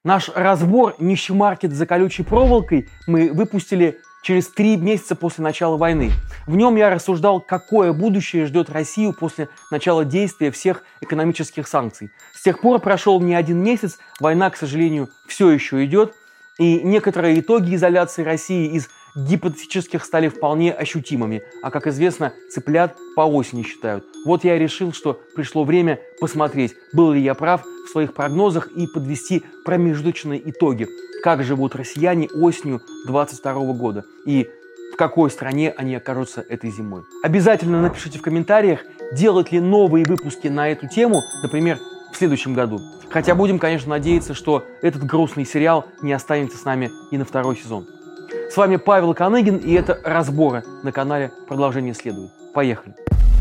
Наш разбор «Нищемаркет за колючей проволокой» мы выпустили через 3 месяца после начала войны. В нем я рассуждал, какое будущее ждет Россию после начала действия всех экономических санкций. С тех пор прошел не 1 месяц, война, к сожалению, все еще идет, и некоторые итоги изоляции России из гипотетических стали вполне ощутимыми, а, как известно, цыплят по осени считают. Вот я и решил, что пришло время посмотреть, был ли я прав в своих прогнозах и подвести промежуточные итоги, как живут россияне осенью 2022 года и в какой стране они окажутся этой зимой. Обязательно напишите в комментариях, делать ли новые выпуски на эту тему, например, в следующем году. Хотя будем, конечно, надеяться, что этот грустный сериал не останется с нами и на 2-й сезон. С вами Павел Коныгин, и это «Разборы» на канале «Продолжение следует». Поехали!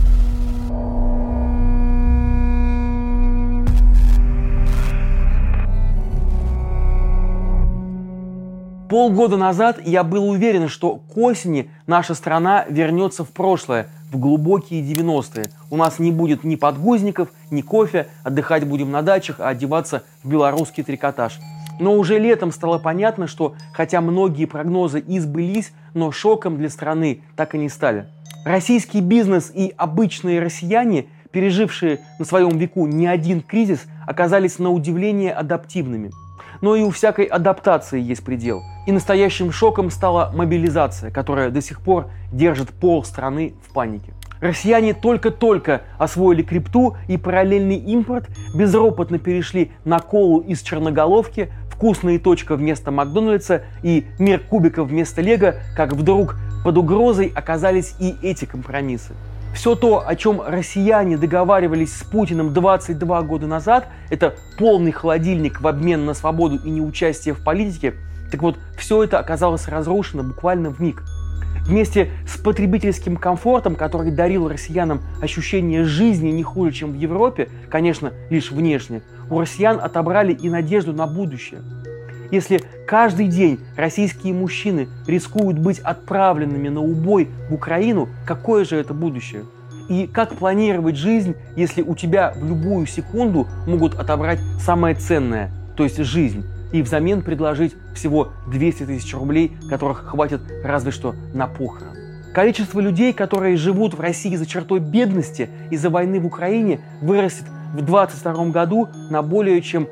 Полгода назад я был уверен, что к осени наша страна вернется в прошлое, в глубокие 90-е. У нас не будет ни подгузников, ни кофе, отдыхать будем на дачах, а одеваться в белорусский трикотаж. Но уже летом стало понятно, что хотя многие прогнозы и сбылись, но шоком для страны так и не стали. Российский бизнес и обычные россияне, пережившие на своем веку не один кризис, оказались на удивление адаптивными. Но и у всякой адаптации есть предел. И настоящим шоком стала мобилизация, которая до сих пор держит полстраны в панике. Россияне только-только освоили крипту и параллельный импорт, безропотно перешли на колу из черноголовки, вкусные точка вместо Макдональдса и мир кубиков вместо Лего, как вдруг под угрозой оказались и эти компромиссы. Все то, о чем россияне договаривались с Путиным 22 года назад, это полный холодильник в обмен на свободу и неучастие в политике, так вот, все это оказалось разрушено буквально вмиг. Вместе с потребительским комфортом, который дарил россиянам ощущение жизни не хуже, чем в Европе, конечно, лишь внешне, у россиян отобрали и надежду на будущее. Если каждый день российские мужчины рискуют быть отправленными на убой в Украину, какое же это будущее? И как планировать жизнь, если у тебя в любую секунду могут отобрать самое ценное, то есть жизнь, и взамен предложить всего 200 тысяч рублей, которых хватит разве что на похорон? Количество людей, которые живут в России за чертой бедности из-за войны в Украине, вырастет в 2022 году на более чем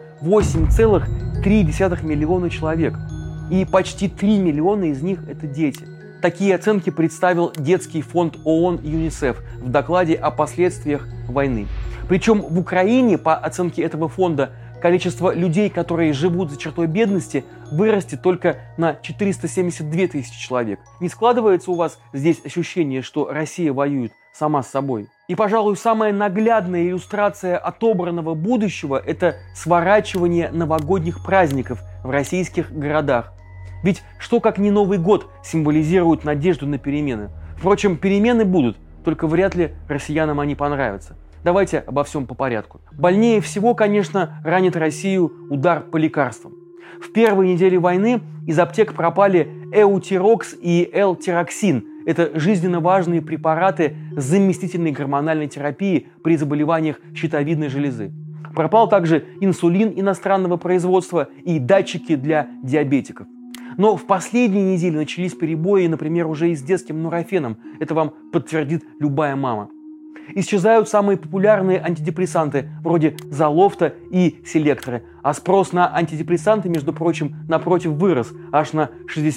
8,3 миллиона человек. И почти 3 миллиона из них – это дети. Такие оценки представил детский фонд ООН ЮНИСЕФ в докладе о последствиях войны. Причем в Украине, по оценке этого фонда, количество людей, которые живут за чертой бедности, вырастет только на 472 тысячи человек. Не складывается у вас здесь ощущение, что Россия воюет сама с собой? И, пожалуй, самая наглядная иллюстрация отобранного будущего – это сворачивание новогодних праздников в российских городах. Ведь что как не Новый год символизирует надежду на перемены? Впрочем, перемены будут, только вряд ли россиянам они понравятся. Давайте обо всем по порядку. Больнее всего, конечно, ранит Россию удар по лекарствам. В первые недели войны из аптек пропали Эутирокс и L-тироксин. Это жизненно важные препараты заместительной гормональной терапии при заболеваниях щитовидной железы. Пропал также инсулин иностранного производства и датчики для диабетиков. Но в последние недели начались перебои, например, уже и с детским нурофеном. Это вам подтвердит любая мама. Исчезают самые популярные антидепрессанты, вроде Золофта и Селекторы. А спрос на антидепрессанты, между прочим, напротив вырос аж на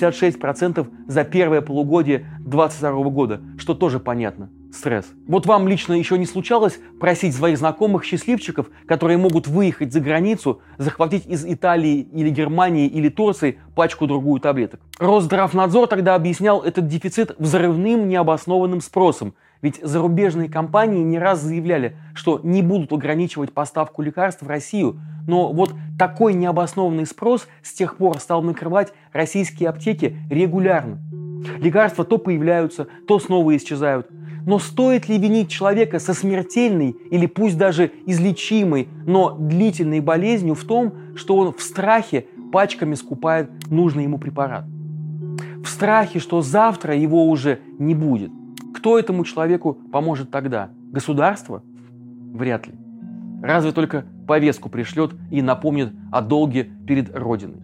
66% за первое полугодие 2022 года, что тоже понятно. Стресс. Вот вам лично еще не случалось просить своих знакомых счастливчиков, которые могут выехать за границу, захватить из Италии или Германии или Турции пачку-другую таблеток? Росздравнадзор тогда объяснял этот дефицит взрывным необоснованным спросом. Ведь зарубежные компании не раз заявляли, что не будут ограничивать поставку лекарств в Россию, но вот такой необоснованный спрос с тех пор стал накрывать российские аптеки регулярно. Лекарства то появляются, то снова исчезают. Но стоит ли винить человека со смертельной или пусть даже излечимой, но длительной болезнью в том, что он в страхе пачками скупает нужный ему препарат? В страхе, что завтра его уже не будет. Кто этому человеку поможет тогда? Государство? Вряд ли. Разве только повестку пришлет и напомнит о долге перед Родиной.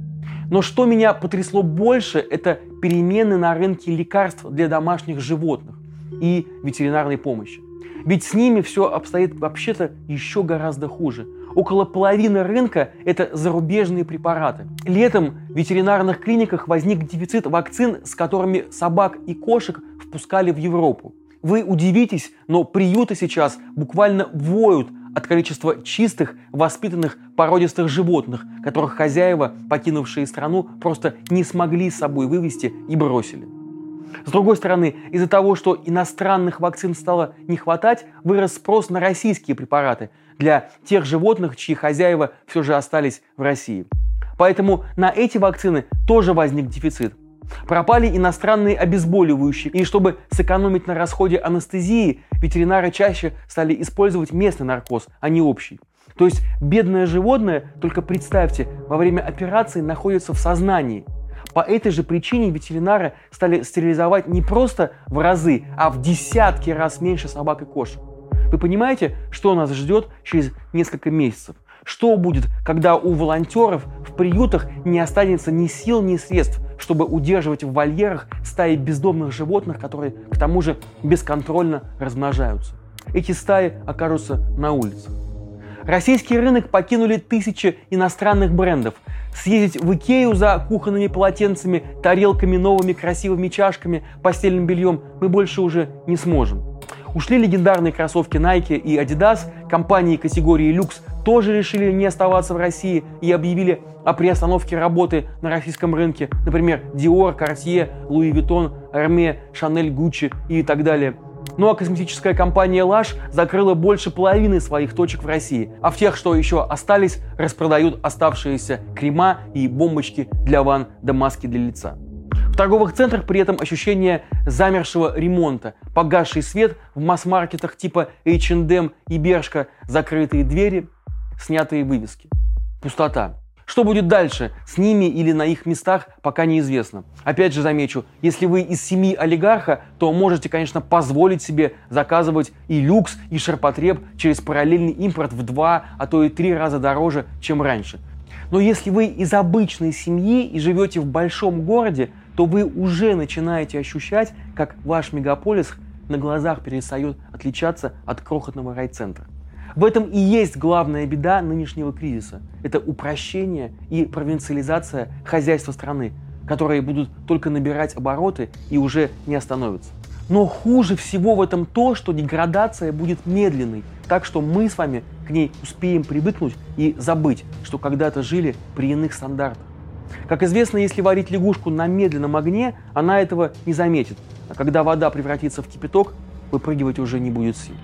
Но что меня потрясло больше, это перемены на рынке лекарств для домашних животных и ветеринарной помощи. Ведь с ними все обстоит вообще-то еще гораздо хуже. Около половины рынка – это зарубежные препараты. Летом в ветеринарных клиниках возник дефицит вакцин, с которыми собак и кошек впускали в Европу. Вы удивитесь, но приюты сейчас буквально воют от количества чистых, воспитанных, породистых животных, которых хозяева, покинувшие страну, просто не смогли с собой вывести и бросили. С другой стороны, из-за того, что иностранных вакцин стало не хватать, вырос спрос на российские препараты для тех животных, чьи хозяева все же остались в России. Поэтому на эти вакцины тоже возник дефицит. Пропали иностранные обезболивающие, и чтобы сэкономить на расходе анестезии, ветеринары чаще стали использовать местный наркоз, а не общий. То есть бедное животное, только представьте, во время операции находится в сознании. По этой же причине ветеринары стали стерилизовать не просто в разы, а в десятки раз меньше собак и кошек. Вы понимаете, что нас ждет через несколько месяцев? Что будет, когда у волонтеров в приютах не останется ни сил, ни средств, чтобы удерживать в вольерах стаи бездомных животных, которые, к тому же, бесконтрольно размножаются? Эти стаи окажутся на улицах. Российский рынок покинули тысячи иностранных брендов. Съездить в Икею за кухонными полотенцами, тарелками, новыми красивыми чашками, постельным бельем мы больше уже не сможем. Ушли легендарные кроссовки Nike и Adidas, компании категории люкс тоже решили не оставаться в России и объявили о приостановке работы на российском рынке. Например, Dior, Cartier, Louis Vuitton, Hermès, Chanel, Gucci и так далее. Ну а косметическая компания Lush закрыла больше половины своих точек в России, а в тех, что еще остались, распродают оставшиеся крема и бомбочки для ванн да маски для лица. В торговых центрах при этом ощущение замершего ремонта, погасший свет в масс-маркетах типа H&M и Бершка, закрытые двери, снятые вывески. Пустота. Что будет дальше с ними или на их местах, пока неизвестно. Опять же замечу, если вы из семьи олигарха, то можете, конечно, позволить себе заказывать и люкс, и ширпотреб через параллельный импорт в 2, а то и 3 раза дороже, чем раньше. Но если вы из обычной семьи и живете в большом городе, то вы уже начинаете ощущать, как ваш мегаполис на глазах перестает отличаться от крохотного райцентра. В этом и есть главная беда нынешнего кризиса. Это упрощение и провинциализация хозяйства страны, которые будут только набирать обороты и уже не остановятся. Но хуже всего в этом то, что деградация будет медленной, так что мы с вами к ней успеем привыкнуть и забыть, что когда-то жили при иных стандартах. Как известно, если варить лягушку на медленном огне, она этого не заметит, а когда вода превратится в кипяток, выпрыгивать уже не будет сил.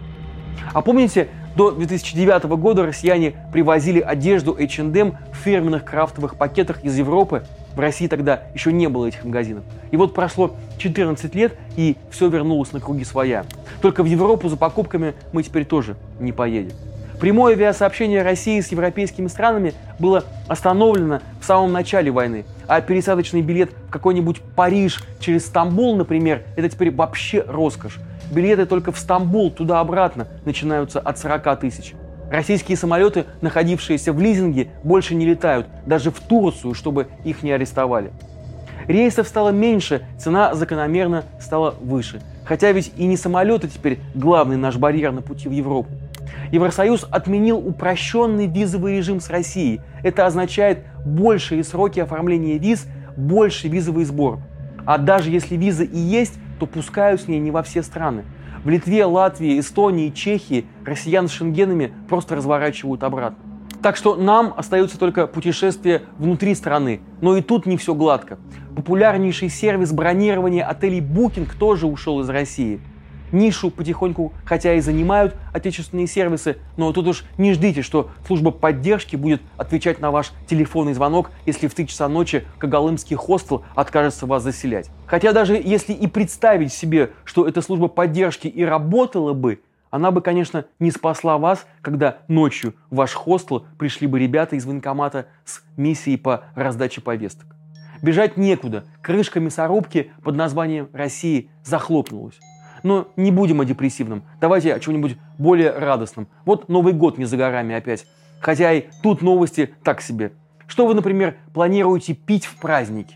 А помните, до 2009 года россияне привозили одежду H&M в фирменных крафтовых пакетах из Европы. В России тогда еще не было этих магазинов. И вот прошло 14 лет, и все вернулось на круги своя. Только в Европу за покупками мы теперь тоже не поедем. Прямое авиасообщение России с европейскими странами было остановлено в самом начале войны, а пересадочный билет в какой-нибудь Париж через Стамбул, например, это теперь вообще роскошь. Билеты только в Стамбул туда-обратно начинаются от 40 тысяч. Российские самолеты, находившиеся в лизинге, больше не летают, даже в Турцию, чтобы их не арестовали. Рейсов стало меньше, цена закономерно стала выше. Хотя ведь и не самолеты теперь главный наш барьер на пути в Европу. Евросоюз отменил упрощенный визовый режим с Россией. Это означает большие сроки оформления виз, больший визовый сбор. А даже если виза и есть, то пускают с ней не во все страны. В Литве, Латвии, Эстонии, Чехии россиян с шенгенами просто разворачивают обратно. Так что нам остается только путешествие внутри страны. Но и тут не все гладко. Популярнейший сервис бронирования отелей Booking тоже ушел из России. Нишу потихоньку, хотя и занимают отечественные сервисы, но тут уж не ждите, что служба поддержки будет отвечать на ваш телефонный звонок, если в 3 часа ночи когалымский хостел откажется вас заселять. Хотя даже если и представить себе, что эта служба поддержки и работала бы, она бы, конечно, не спасла вас, когда ночью в ваш хостел пришли бы ребята из военкомата с миссией по раздаче повесток. Бежать некуда, крышка мясорубки под названием России захлопнулась. Но не будем о депрессивном. Давайте о чем-нибудь более радостном. Вот Новый год не за горами опять. Хотя и тут новости так себе. Что вы, например, планируете пить в праздники?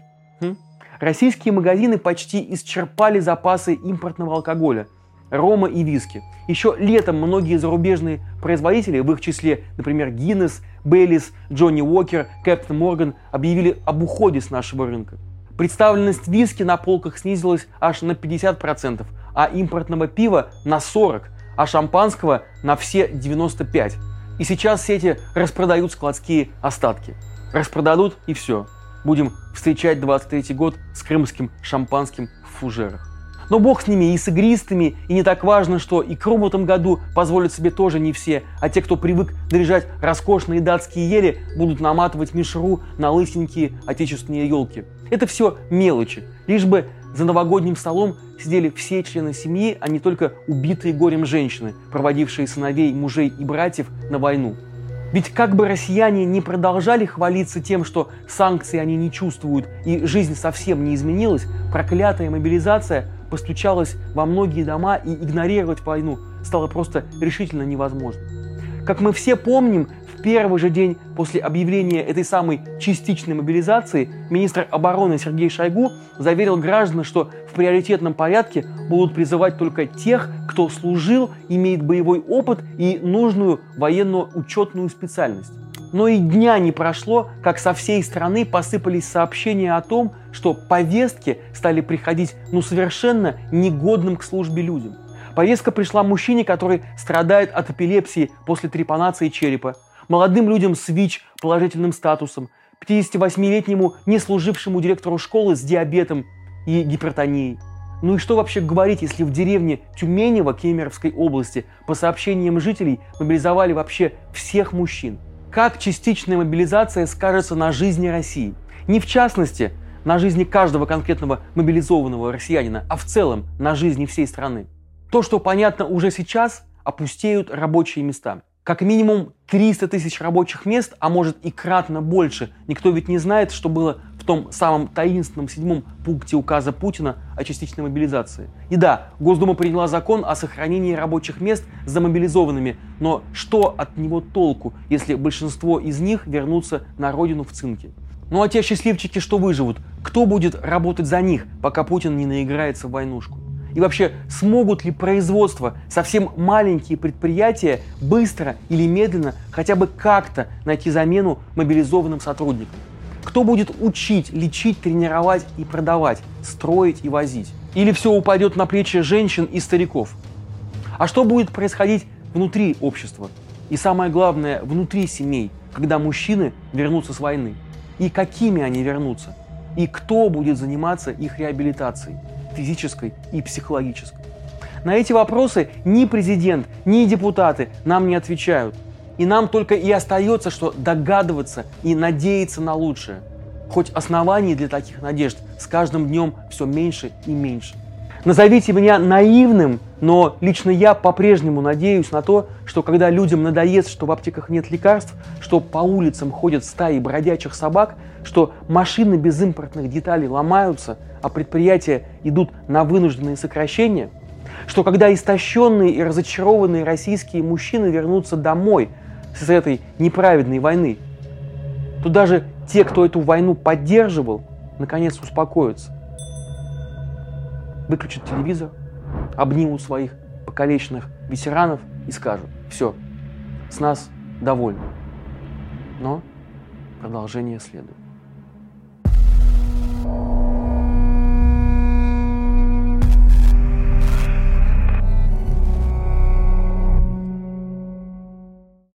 Российские магазины почти исчерпали запасы импортного алкоголя, рома и виски. Еще летом многие зарубежные производители, в их числе, например, Guinness, Baileys, Johnny Walker, Captain Morgan, объявили об уходе с нашего рынка. Представленность виски на полках снизилась аж на 50%, а импортного пива на 40%, а шампанского на все 95%. И сейчас сети распродают складские остатки. Распродадут и все. Будем встречать 23-й год с крымским шампанским в фужерах. Но бог с ними и с игристыми, и не так важно, что икру в этом году позволят себе тоже не все, а те, кто привык наряжать роскошные датские ели, будут наматывать мишуру на лысенькие отечественные елки. Это все мелочи, лишь бы за новогодним столом сидели все члены семьи, а не только убитые горем женщины, проводившие сыновей, мужей и братьев на войну. Ведь как бы россияне не продолжали хвалиться тем, что санкции они не чувствуют и жизнь совсем не изменилась, проклятая мобилизация постучалась во многие дома, и игнорировать войну стало просто решительно невозможно. Как мы все помним, в первый же день после объявления этой самой частичной мобилизации министр обороны Сергей Шойгу заверил граждан, что в приоритетном порядке будут призывать только тех, кто служил, имеет боевой опыт и нужную военно-учетную специальность. Но и дня не прошло, как со всей страны посыпались сообщения о том, что повестки стали приходить совершенно негодным к службе людям. Повестка пришла мужчине, который страдает от эпилепсии после трепанации черепа, молодым людям с ВИЧ положительным статусом, 58-летнему неслужившему директору школы с диабетом и гипертонией. Ну и что вообще говорить, если в деревне Тюменево Кемеровской области по сообщениям жителей мобилизовали вообще всех мужчин? Как частичная мобилизация скажется на жизни России? Не в частности на жизни каждого конкретного мобилизованного россиянина, а в целом на жизни всей страны. То, что понятно уже сейчас, опустеют рабочие места. Как минимум 300 тысяч рабочих мест, а может и кратно больше. Никто ведь не знает, что было в том самом таинственном 7-м пункте указа Путина о частичной мобилизации. И да, Госдума приняла закон о сохранении рабочих мест за мобилизованными, но что от него толку, если большинство из них вернутся на родину в цинке? Ну а те счастливчики, что выживут, кто будет работать за них, пока Путин не наиграется в войнушку? И вообще, смогут ли производство, совсем маленькие предприятия быстро или медленно хотя бы как-то найти замену мобилизованным сотрудникам? Кто будет учить, лечить, тренировать и продавать, строить и возить? Или все упадет на плечи женщин и стариков? А что будет происходить внутри общества? И самое главное, внутри семей, когда мужчины вернутся с войны? И какими они вернутся? И кто будет заниматься их реабилитацией? Физической и психологической. На эти вопросы ни президент, ни депутаты нам не отвечают. И нам только и остается, что догадываться и надеяться на лучшее. Хоть оснований для таких надежд с каждым днем все меньше и меньше. Назовите меня наивным, но лично я по-прежнему надеюсь на то, что когда людям надоест, что в аптеках нет лекарств, что по улицам ходят стаи бродячих собак, что машины без импортных деталей ломаются, а предприятия идут на вынужденные сокращения, что когда истощенные и разочарованные российские мужчины вернутся домой с этой неправедной войны, то даже те, кто эту войну поддерживал, наконец успокоятся. Выключат телевизор, обнимут своих покалеченных ветеранов и скажут: все, с нас довольны. Но продолжение следует.